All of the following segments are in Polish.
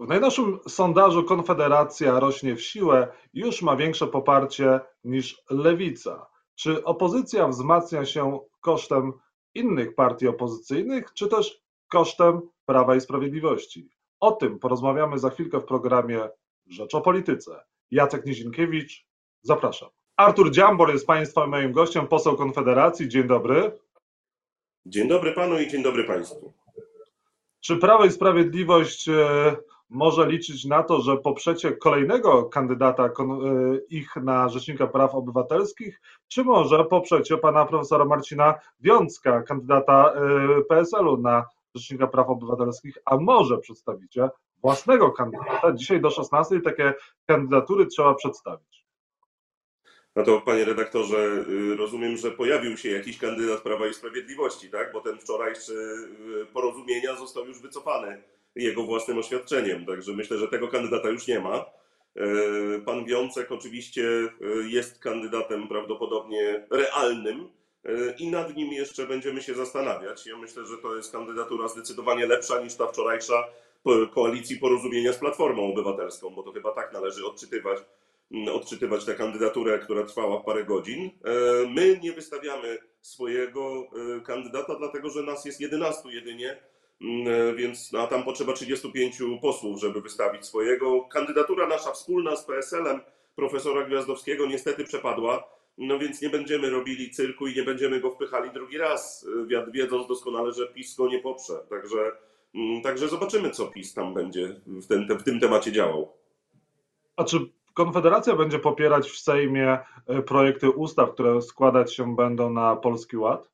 W najnowszym sondażu Konfederacja rośnie w siłę, już ma większe poparcie niż Lewica. Czy opozycja wzmacnia się kosztem innych partii opozycyjnych, czy też kosztem Prawa i Sprawiedliwości? O tym porozmawiamy za chwilkę w programie Rzecz o Polityce. Jacek Nizinkiewicz, zapraszam. Artur Dziambor jest Państwa moim gościem, poseł Konfederacji. Dzień dobry. Dzień dobry Panu i dzień dobry Państwu. Czy Prawo i Sprawiedliwość może liczyć na to, że poprzecie kolejnego kandydata ich na Rzecznika Praw Obywatelskich, czy może poprzecie pana profesora Marcina Wiącka, kandydata PSL-u na Rzecznika Praw Obywatelskich, a może przedstawicie własnego kandydata? Dzisiaj do 16 takie kandydatury trzeba przedstawić. No to panie redaktorze, rozumiem, że pojawił się jakiś kandydat Prawa i Sprawiedliwości, tak? Bo ten wczorajszy Porozumienia został już wycofany jego własnym oświadczeniem, także myślę, że tego kandydata już nie ma. Pan Wiącek oczywiście jest kandydatem prawdopodobnie realnym i nad nim jeszcze będziemy się zastanawiać. Ja myślę, że to jest kandydatura zdecydowanie lepsza niż ta wczorajsza koalicji Porozumienia z Platformą Obywatelską, bo to chyba tak należy odczytywać tę kandydaturę, która trwała parę godzin. My nie wystawiamy swojego kandydata, dlatego że nas jest 11 jedynie, więc a tam potrzeba 35 posłów, żeby wystawić swojego. Kandydatura nasza wspólna z PSL-em profesora Gwiazdowskiego niestety przepadła, no więc nie będziemy robili cyrku i nie będziemy go wpychali drugi raz, wiedząc doskonale, że PiS go nie poprze. Także zobaczymy, co PiS tam będzie w tym temacie działał. A czy Konfederacja będzie popierać w Sejmie projekty ustaw, które składać się będą na Polski Ład?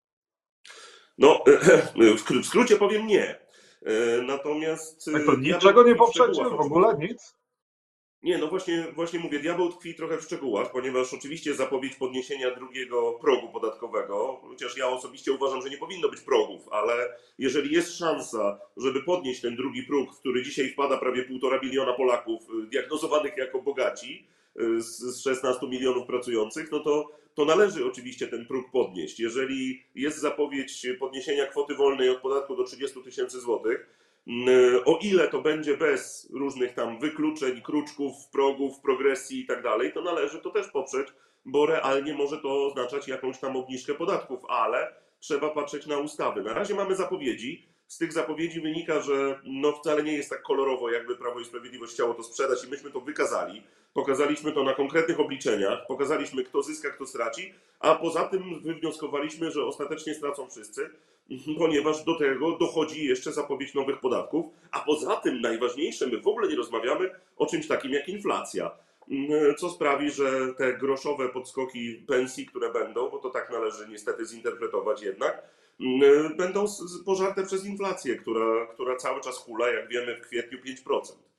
No, w skrócie powiem nie. Natomiast... Tak to niczego nie poprzecie? W ogóle nic? Nie, no właśnie mówię, diabeł tkwi trochę w szczegółach, ponieważ oczywiście zapowiedź podniesienia drugiego progu podatkowego, chociaż ja osobiście uważam, że nie powinno być progów, ale jeżeli jest szansa, żeby podnieść ten drugi próg, w który dzisiaj wpada prawie 1,5 miliona Polaków diagnozowanych jako bogaci z 16 milionów pracujących, no to należy oczywiście ten próg podnieść. Jeżeli jest zapowiedź podniesienia kwoty wolnej od podatku do 30 000 złotych, o ile to będzie bez różnych tam wykluczeń, kruczków, progów, progresji i tak dalej, to należy to też poprzeć, bo realnie może to oznaczać jakąś tam obniżkę podatków, ale trzeba patrzeć na ustawy. Na razie mamy zapowiedzi. Z tych zapowiedzi wynika, że no wcale nie jest tak kolorowo, jakby Prawo i Sprawiedliwość chciało to sprzedać i myśmy to wykazali. Pokazaliśmy to na konkretnych obliczeniach, pokazaliśmy kto zyska, kto straci, a poza tym wywnioskowaliśmy, że ostatecznie stracą wszyscy, ponieważ do tego dochodzi jeszcze zapowiedź nowych podatków, a poza tym najważniejsze, my w ogóle nie rozmawiamy o czymś takim jak inflacja, co sprawi, że te groszowe podskoki pensji, które będą, bo to tak należy niestety zinterpretować jednak, będą pożarte przez inflację, która cały czas hula, jak wiemy, w kwietniu 5%.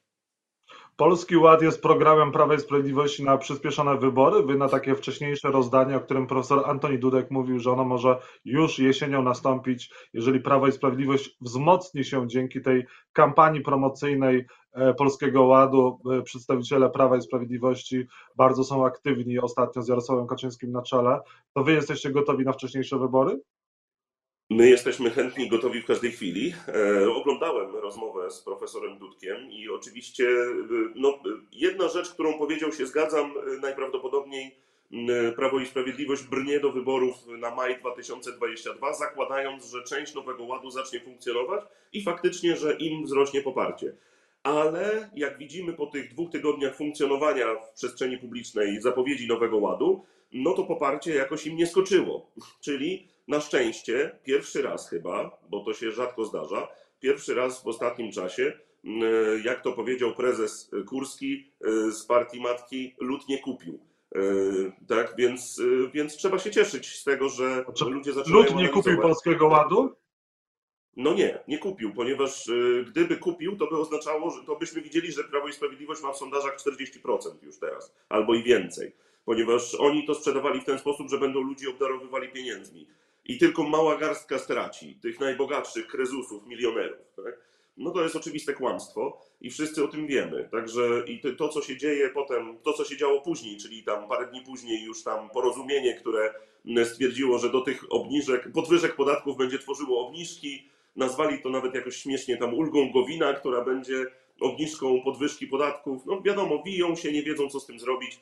Polski Ład jest programem Prawa i Sprawiedliwości na przyspieszone wybory. Wy na takie wcześniejsze rozdanie, o którym profesor Antoni Dudek mówił, że ono może już jesienią nastąpić, jeżeli Prawo i Sprawiedliwość wzmocni się dzięki tej kampanii promocyjnej Polskiego Ładu. Przedstawiciele Prawa i Sprawiedliwości bardzo są aktywni ostatnio z Jarosławem Kaczyńskim na czele. To wy jesteście gotowi na wcześniejsze wybory? My jesteśmy chętni, gotowi w każdej chwili. Oglądałem rozmowę z profesorem Dudkiem i oczywiście no, jedna rzecz, którą powiedział, się zgadzam, najprawdopodobniej Prawo i Sprawiedliwość brnie do wyborów na maj 2022, zakładając, że część Nowego Ładu zacznie funkcjonować i faktycznie, że im wzrośnie poparcie. Ale jak widzimy po tych 2 tygodniach funkcjonowania w przestrzeni publicznej zapowiedzi Nowego Ładu, no to poparcie jakoś im nie skoczyło. Czyli na szczęście, pierwszy raz chyba, bo to się rzadko zdarza, pierwszy raz w ostatnim czasie, jak to powiedział prezes Kurski z partii matki, lud nie kupił. Tak, więc trzeba się cieszyć z tego, że ludzie zaczynają Lud nie kupił Polskiego Ładu? No nie kupił, ponieważ gdyby kupił, to by oznaczało, że to byśmy widzieli, że Prawo i Sprawiedliwość ma w sondażach 40% już teraz, albo i więcej, ponieważ oni to sprzedawali w ten sposób, że będą ludzi obdarowywali pieniędzmi i tylko mała garstka straci, tych najbogatszych krezusów, milionerów. Tak? No to jest oczywiste kłamstwo i wszyscy o tym wiemy. Także i to, co się dzieje potem, to, co się działo później, czyli tam parę dni później już tam Porozumienie, które stwierdziło, że do tych podwyżek podatków będzie tworzyło obniżki, nazwali to nawet jakoś śmiesznie tam ulgą Gowina, która będzie obniżką podwyżki podatków. No wiadomo, wiją się, nie wiedzą co z tym zrobić.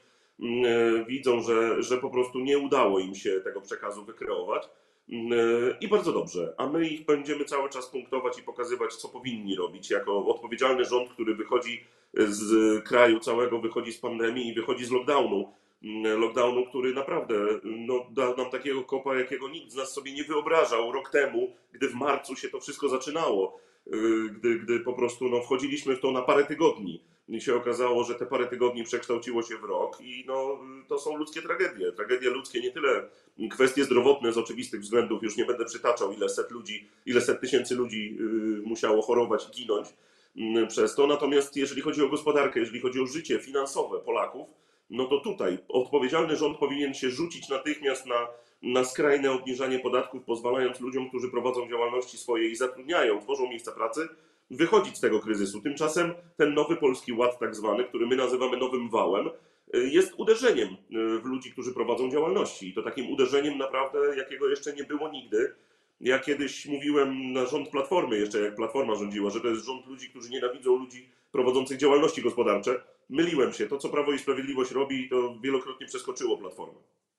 Widzą, że po prostu nie udało im się tego przekazu wykreować. I bardzo dobrze, a my ich będziemy cały czas punktować i pokazywać, co powinni robić jako odpowiedzialny rząd, który wychodzi z kraju całego, wychodzi z pandemii i wychodzi z lockdownu, który naprawdę no, dał nam takiego kopa, jakiego nikt z nas sobie nie wyobrażał rok temu, gdy w marcu się to wszystko zaczynało, gdy po prostu no, wchodziliśmy w to na parę tygodni. I się okazało, że te parę tygodni przekształciło się w rok i no, to są ludzkie tragedie ludzkie, nie tyle kwestie zdrowotne z oczywistych względów, już nie będę przytaczał, ile set tysięcy ludzi musiało chorować i ginąć przez to, natomiast jeżeli chodzi o gospodarkę, jeżeli chodzi o życie finansowe Polaków, no to tutaj odpowiedzialny rząd powinien się rzucić natychmiast na skrajne obniżanie podatków, pozwalając ludziom, którzy prowadzą działalności swoje i zatrudniają, tworzą miejsca pracy, wychodzić z tego kryzysu. Tymczasem ten nowy Polski Ład tak zwany, który my nazywamy nowym wałem, jest uderzeniem w ludzi, którzy prowadzą działalności. I to takim uderzeniem naprawdę, jakiego jeszcze nie było nigdy. Ja kiedyś mówiłem na rząd Platformy, jeszcze jak Platforma rządziła, że to jest rząd ludzi, którzy nienawidzą ludzi prowadzących działalności gospodarcze. Myliłem się. To, co Prawo i Sprawiedliwość robi, to wielokrotnie przeskoczyło Platformę.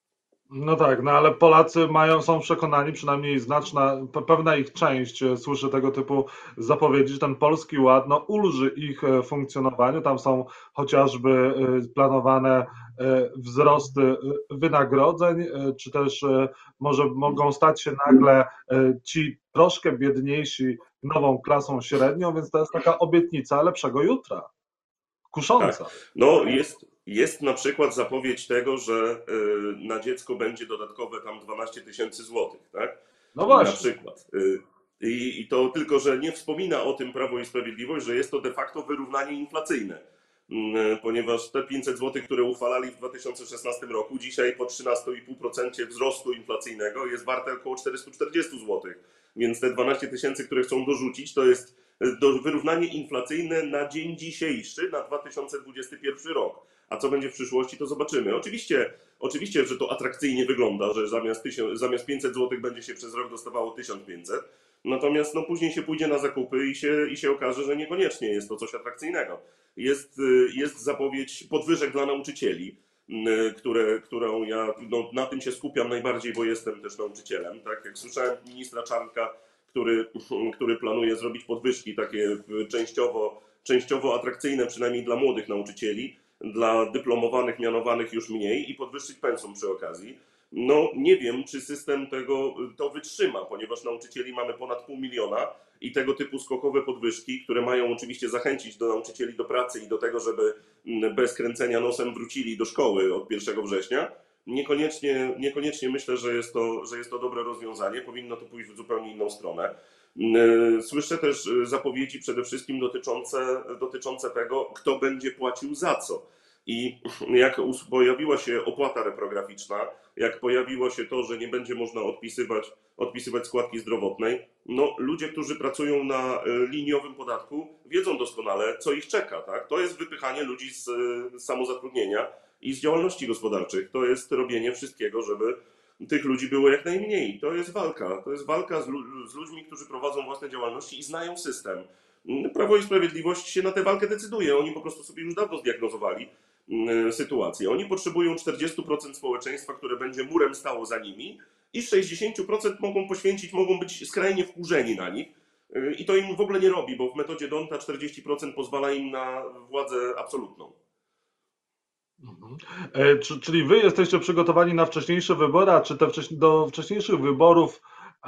No tak, no ale Polacy są przekonani, przynajmniej pewna ich część słyszy tego typu zapowiedzi, że ten Polski Ład no, ulży ich funkcjonowaniu. Tam są chociażby planowane wzrosty wynagrodzeń, czy też może mogą stać się nagle ci troszkę biedniejsi nową klasą średnią, więc to jest taka obietnica lepszego jutra. Tak, Kusząca. no jest na przykład zapowiedź tego, że na dziecko będzie dodatkowe tam 12 tysięcy złotych, tak? No Na właśnie. przykład. I to tylko, że nie wspomina o tym Prawo i Sprawiedliwość, że jest to de facto wyrównanie inflacyjne, ponieważ te 500 złotych, które uchwalali w 2016 roku, dzisiaj po 13,5% wzrostu inflacyjnego jest warte około 440 złotych. Więc te 12 tysięcy, które chcą dorzucić, to jest wyrównanie inflacyjne na dzień dzisiejszy, na 2021 rok. A co będzie w przyszłości, to zobaczymy. Oczywiście, że to atrakcyjnie wygląda, że zamiast 500 zł będzie się przez rok dostawało 1500. Natomiast no, później się pójdzie na zakupy i się okaże, że niekoniecznie jest to coś atrakcyjnego. Jest zapowiedź podwyżek dla nauczycieli, którą ja no, na tym się skupiam najbardziej, bo jestem też nauczycielem. Tak? Jak słyszałem ministra Czarnka, który planuje zrobić podwyżki takie częściowo atrakcyjne, przynajmniej dla młodych nauczycieli, dla dyplomowanych, mianowanych już mniej i podwyższyć pensum przy okazji. No nie wiem, czy system to wytrzyma, ponieważ nauczycieli mamy ponad 500 000 i tego typu skokowe podwyżki, które mają oczywiście zachęcić do nauczycieli do pracy i do tego, żeby bez kręcenia nosem wrócili do szkoły od 1 września, niekoniecznie myślę, że jest to dobre rozwiązanie. Powinno to pójść w zupełnie inną stronę. Słyszę też zapowiedzi przede wszystkim dotyczące tego, kto będzie płacił za co. I jak pojawiła się opłata reprograficzna, jak pojawiło się to, że nie będzie można odpisywać składki zdrowotnej, no ludzie, którzy pracują na liniowym podatku, wiedzą doskonale, co ich czeka. Tak? To jest wypychanie ludzi z samozatrudnienia i z działalności gospodarczych. To jest robienie wszystkiego, żeby tych ludzi było jak najmniej. To jest walka. To jest walka z ludźmi, którzy prowadzą własne działalności i znają system. Prawo i Sprawiedliwość się na tę walkę decyduje. Oni po prostu sobie już dawno zdiagnozowali sytuację. Oni potrzebują 40% społeczeństwa, które będzie murem stało za nimi i 60% mogą poświęcić, mogą być skrajnie wkurzeni na nich. I to im w ogóle nie robi, bo w metodzie Donta 40% pozwala im na władzę absolutną. Mhm. Czyli wy jesteście przygotowani na wcześniejsze wybory, a czy do wcześniejszych wyborów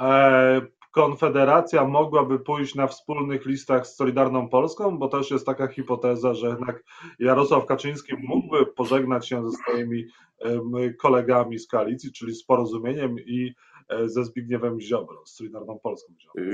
Konfederacja mogłaby pójść na wspólnych listach z Solidarną Polską? Bo też jest taka hipoteza, że jednak Jarosław Kaczyński mógłby pożegnać się ze swoimi kolegami z koalicji, czyli z Porozumieniem i ze Zbigniewem Ziobrą, z Solidarną Polską.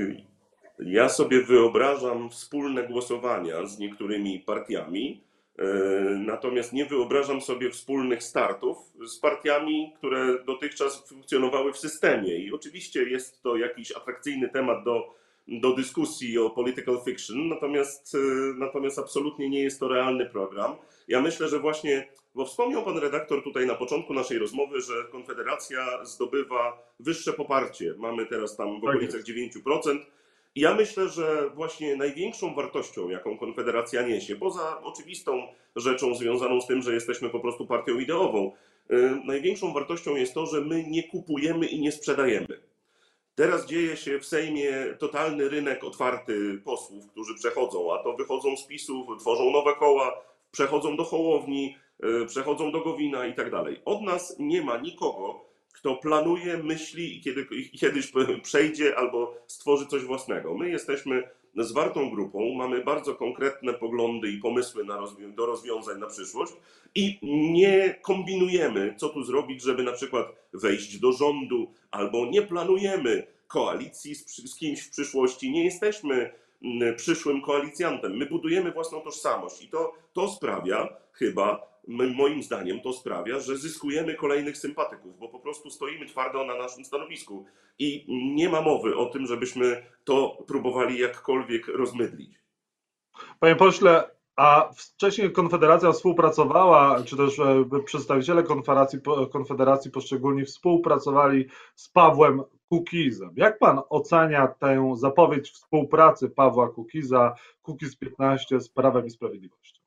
Ja sobie wyobrażam wspólne głosowania z niektórymi partiami, natomiast nie wyobrażam sobie wspólnych startów z partiami, które dotychczas funkcjonowały w systemie. I oczywiście jest to jakiś atrakcyjny temat do dyskusji o political fiction, natomiast absolutnie nie jest to realny program. Ja myślę, że właśnie, bo wspomniał pan redaktor tutaj na początku naszej rozmowy, że Konfederacja zdobywa wyższe poparcie. Mamy teraz tam w okolicach 9%. I ja myślę, że właśnie największą wartością, jaką Konfederacja niesie, poza oczywistą rzeczą związaną z tym, że jesteśmy po prostu partią ideową, największą wartością jest to, że my nie kupujemy i nie sprzedajemy. Teraz dzieje się w Sejmie totalny rynek otwarty posłów, którzy przechodzą, a to wychodzą z PiS-ów, tworzą nowe koła, przechodzą do Hołowni, przechodzą do Gowina i tak dalej. Od nas nie ma nikogo, kto planuje, myśli i kiedyś przejdzie albo stworzy coś własnego. My jesteśmy zwartą grupą, mamy bardzo konkretne poglądy i pomysły do rozwiązań na przyszłość i nie kombinujemy, co tu zrobić, żeby na przykład wejść do rządu, albo nie planujemy koalicji z kimś w przyszłości, nie jesteśmy przyszłym koalicjantem. My budujemy własną tożsamość i to sprawia chyba, moim zdaniem to sprawia, że zyskujemy kolejnych sympatyków, bo po prostu stoimy twardo na naszym stanowisku i nie ma mowy o tym, żebyśmy to próbowali jakkolwiek rozmydlić. Panie pośle, a wcześniej Konfederacja współpracowała, czy też przedstawiciele Konfederacji poszczególni współpracowali z Pawłem Kukizem. Jak pan ocenia tę zapowiedź współpracy Pawła Kukiza, Kukiz 15 z Prawem i Sprawiedliwością?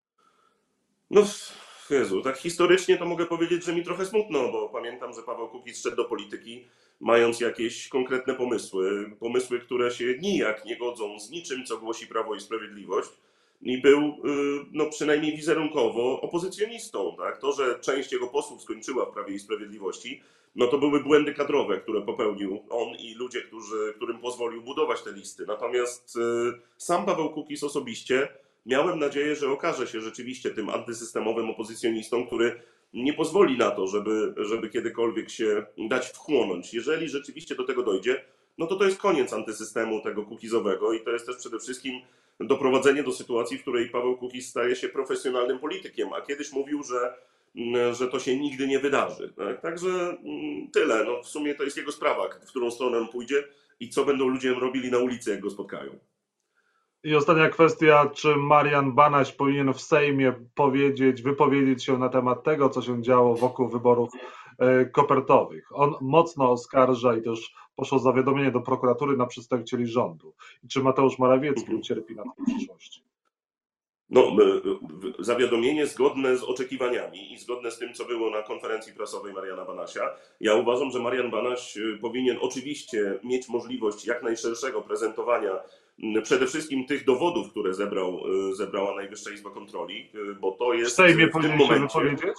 No Jezu, tak historycznie to mogę powiedzieć, że mi trochę smutno, bo pamiętam, że Paweł Kukiz szedł do polityki mając jakieś konkretne pomysły, które się nijak nie godzą z niczym, co głosi Prawo i Sprawiedliwość. I był no, przynajmniej wizerunkowo opozycjonistą. Tak? To, że część jego posłów skończyła w Prawie i Sprawiedliwości, no to były błędy kadrowe, które popełnił on i ludzie, którym pozwolił budować te listy. Natomiast sam Paweł Kukiz osobiście miałem nadzieję, że okaże się rzeczywiście tym antysystemowym opozycjonistą, który nie pozwoli na to, żeby kiedykolwiek się dać wchłonąć. Jeżeli rzeczywiście do tego dojdzie, no to jest koniec antysystemu tego kukizowego i to jest też przede wszystkim doprowadzenie do sytuacji, w której Paweł Kukiz staje się profesjonalnym politykiem, a kiedyś mówił, że to się nigdy nie wydarzy. Tak? Także tyle. No, w sumie to jest jego sprawa, w którą stronę on pójdzie i co będą ludzie robili na ulicy, jak go spotkają. I ostatnia kwestia, czy Marian Banaś powinien w Sejmie wypowiedzieć się na temat tego, co się działo wokół wyborów kopertowych. On mocno oskarża i też poszło zawiadomienie do prokuratury na przedstawicieli rządu. I czy Mateusz Morawiecki ucierpi na tym w przyszłości? No, zawiadomienie zgodne z oczekiwaniami i zgodne z tym, co było na konferencji prasowej Mariana Banasia. Ja uważam, że Marian Banaś powinien oczywiście mieć możliwość jak najszerszego prezentowania przede wszystkim tych dowodów, które zebrała Najwyższa Izba Kontroli, bo to jest w Sejmie w tym momencie... wypowiedzieć?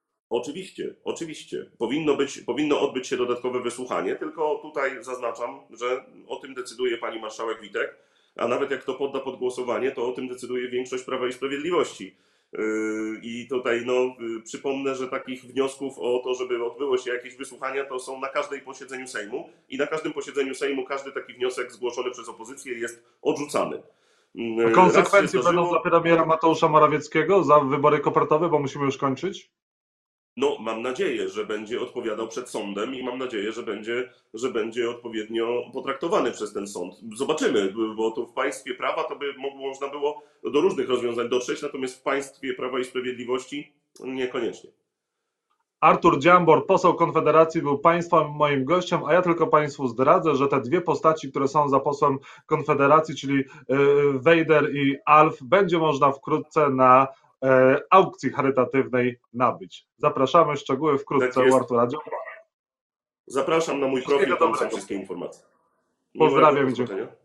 Oczywiście. Powinno odbyć się dodatkowe wysłuchanie, tylko tutaj zaznaczam, że o tym decyduje pani marszałek Witek, a nawet jak to podda pod głosowanie, to o tym decyduje większość Prawa i Sprawiedliwości. I tutaj przypomnę, że takich wniosków o to, żeby odbyło się jakieś wysłuchania, to są na każdym posiedzeniu Sejmu i na każdym posiedzeniu Sejmu każdy taki wniosek zgłoszony przez opozycję jest odrzucany. A konsekwencje będą dla premiera Mateusza Morawieckiego za wybory kopertowe, bo musimy już kończyć? No, mam nadzieję, że będzie odpowiadał przed sądem i mam nadzieję, że będzie odpowiednio potraktowany przez ten sąd. Zobaczymy, bo to w państwie prawa to by można było do różnych rozwiązań dotrzeć, natomiast w państwie Prawa i Sprawiedliwości niekoniecznie. Artur Dziambor, poseł Konfederacji, był Państwa moim gościem, a ja tylko Państwu zdradzę, że te dwie postaci, które są za posłem Konfederacji, czyli Wejder i Alf, będzie można wkrótce na aukcji charytatywnej nabyć. Zapraszamy, szczegóły wkrótce u Artura Dziambora. Zapraszam na mój profil, tam są wszystkie informacje. Pozdrawiam i dziękuję.